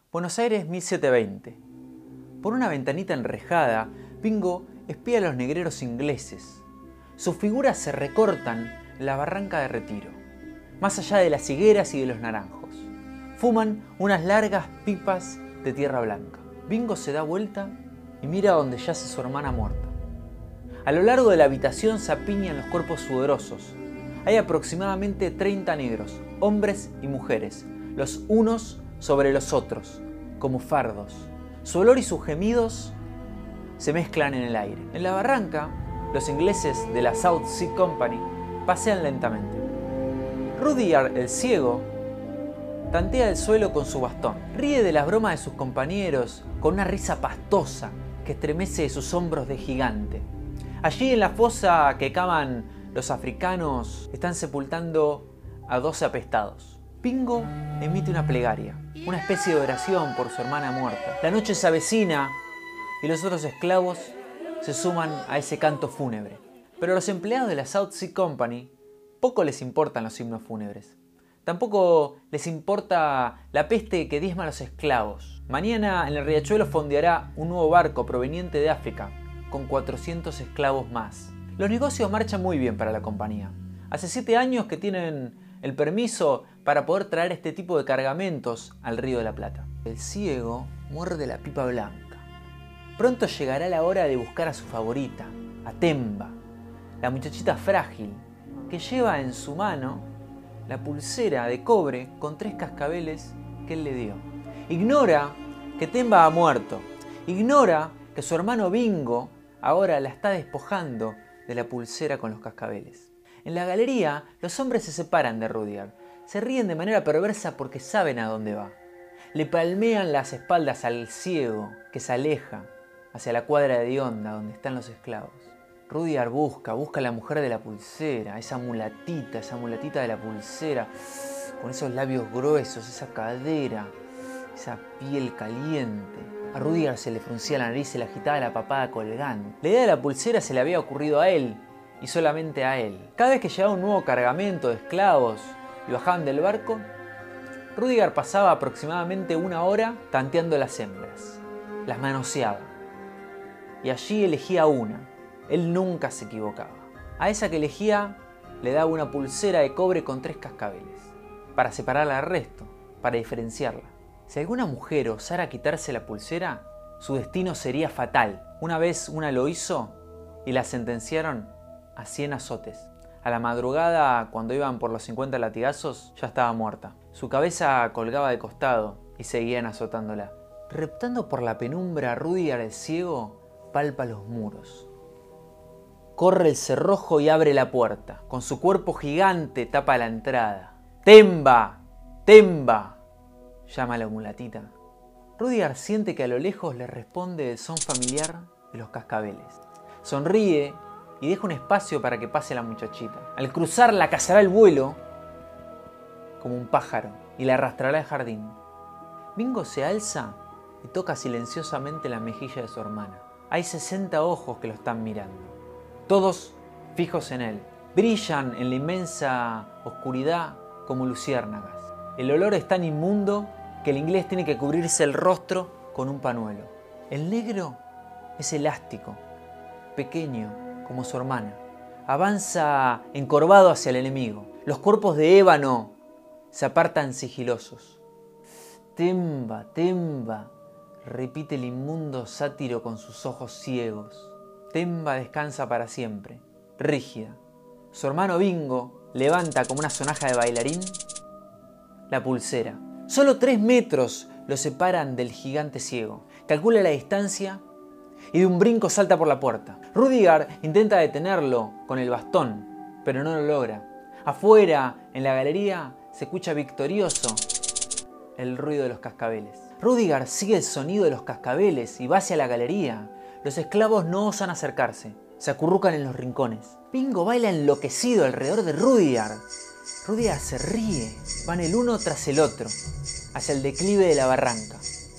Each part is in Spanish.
Buenos Aires 1720. Por una ventanita enrejada, Bingo espía a los negreros ingleses. Sus figuras se recortan en la barranca de Retiro, más allá de las higueras y de los naranjos. Fuman unas largas pipas de tierra blanca. Bingo se da vuelta y mira donde yace su hermana muerta. A lo largo de la habitación se apiñan los cuerpos sudorosos. Hay aproximadamente 30 negros, hombres y mujeres, los unos sobre los otros, como fardos. Su olor y sus gemidos se mezclan en el aire. En la barranca, los ingleses de la South Sea Company pasean lentamente. Rudyard, el ciego, tantea el suelo con su bastón. Ríe de las bromas de sus compañeros con una risa pastosa que estremece sus hombros de gigante. Allí en la fosa que cavan los africanos están sepultando a 12 apestados. Bingo emite una plegaria, una especie de oración por su hermana muerta. La noche se avecina y los otros esclavos se suman a ese canto fúnebre. Pero a los empleados de la South Sea Company poco les importan los himnos fúnebres. Tampoco les importa la peste que diezma a los esclavos. Mañana en el riachuelo fondeará un nuevo barco proveniente de África con 400 esclavos más. Los negocios marchan muy bien para la compañía. Hace 7 años que tienen el permiso para poder traer este tipo de cargamentos al Río de la Plata. El ciego muerde la pipa blanca. Pronto llegará la hora de buscar a su favorita, a Temba, la muchachita frágil que lleva en su mano la pulsera de cobre con 3 cascabeles que él le dio. Ignora que Temba ha muerto. Ignora que su hermano Bingo ahora la está despojando de la pulsera con los cascabeles. En la galería, los hombres se separan de Rudyard. Se ríen de manera perversa porque saben a dónde va. Le palmean las espaldas al ciego que se aleja hacia la cuadra de honda donde están los esclavos. Rudyard busca a la mujer de la pulsera, esa mulatita de la pulsera, con esos labios gruesos, esa cadera, esa piel caliente. A Rudyard se le fruncía la nariz, se le agitaba la papada colgante. La idea de la pulsera se le había ocurrido a él, y solamente a él. Cada vez que llegaba un nuevo cargamento de esclavos y bajaban del barco, Rudyard pasaba aproximadamente 1 hora tanteando las hembras. Las manoseaba. Y allí elegía una. Él nunca se equivocaba. A esa que elegía le daba una pulsera de cobre con 3 cascabeles, para separarla del resto, para diferenciarla. Si alguna mujer osara quitarse la pulsera, su destino sería fatal. Una vez una lo hizo y la sentenciaron a 100 azotes. A la madrugada, cuando iban por los 50 latigazos, ya estaba muerta. Su cabeza colgaba de costado y seguían azotándola. Reptando por la penumbra, Rudyard el ciego palpa los muros. Corre el cerrojo y abre la puerta. Con su cuerpo gigante tapa la entrada. ¡Temba! ¡Temba!, llama la mulatita. Rudyard siente que a lo lejos le responde el son familiar de los cascabeles. Sonríe y deja un espacio para que pase la muchachita. Al cruzarla cazará el vuelo como un pájaro y la arrastrará al jardín. Bingo se alza y toca silenciosamente la mejilla de su hermana. Hay 60 ojos que lo están mirando, todos fijos en él. Brillan en la inmensa oscuridad como luciérnagas. El olor es tan inmundo que el inglés tiene que cubrirse el rostro con un pañuelo. El negro es elástico, pequeño, como su hermana. Avanza encorvado hacia el enemigo. Los cuerpos de ébano se apartan sigilosos. Temba, Temba, repite el inmundo sátiro con sus ojos ciegos. Temba descansa para siempre, rígida. Su hermano Bingo levanta como una sonaja de bailarín la pulsera. Solo 3 metros lo separan del gigante ciego. Calcula la distancia y de un brinco salta por la puerta. Rudyard intenta detenerlo con el bastón, pero no lo logra. Afuera, en la galería, se escucha victorioso el ruido de los cascabeles. Rudyard sigue el sonido de los cascabeles y va hacia la galería. Los esclavos no osan acercarse, se acurrucan en los rincones. Bingo baila enloquecido alrededor de Rudyard. Rudyard se ríe, van el uno tras el otro, hacia el declive de la barranca.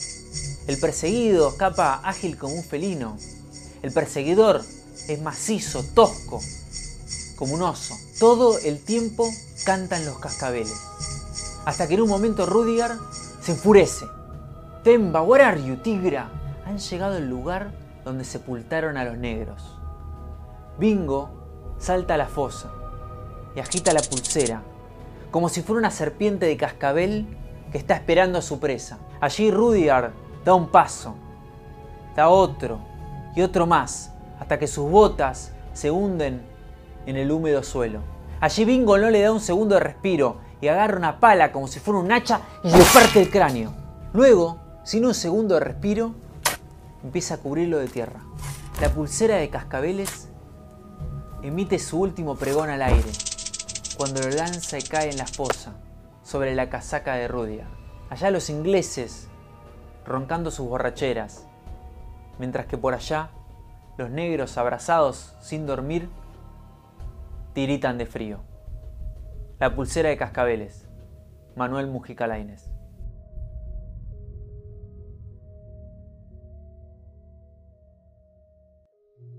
El perseguido escapa ágil como un felino. El perseguidor es macizo, tosco, como un oso. Todo el tiempo cantan los cascabeles. Hasta que en un momento Rudyard se enfurece Temba, where are you, tigra? Han llegado al lugar donde sepultaron a los negros. Bingo salta a la fosa y agita la pulsera, como si fuera una serpiente de cascabel que está esperando a su presa. Allí Rudyard da un paso, da otro y otro más, hasta que sus botas se hunden en el húmedo suelo. Allí Bingo no le da un segundo de respiro y agarra una pala como si fuera un hacha y le parte el cráneo. Luego, sin un segundo de respiro, empieza a cubrirlo de tierra. La pulsera de cascabeles emite su último pregón al aire, cuando lo lanza y cae en la fosa, sobre la casaca de Rudyard. Allá los ingleses, roncando sus borracheras, mientras que por allá, los negros abrazados sin dormir, tiritan de frío. La pulsera de cascabeles, Manuel Mujica Lainez.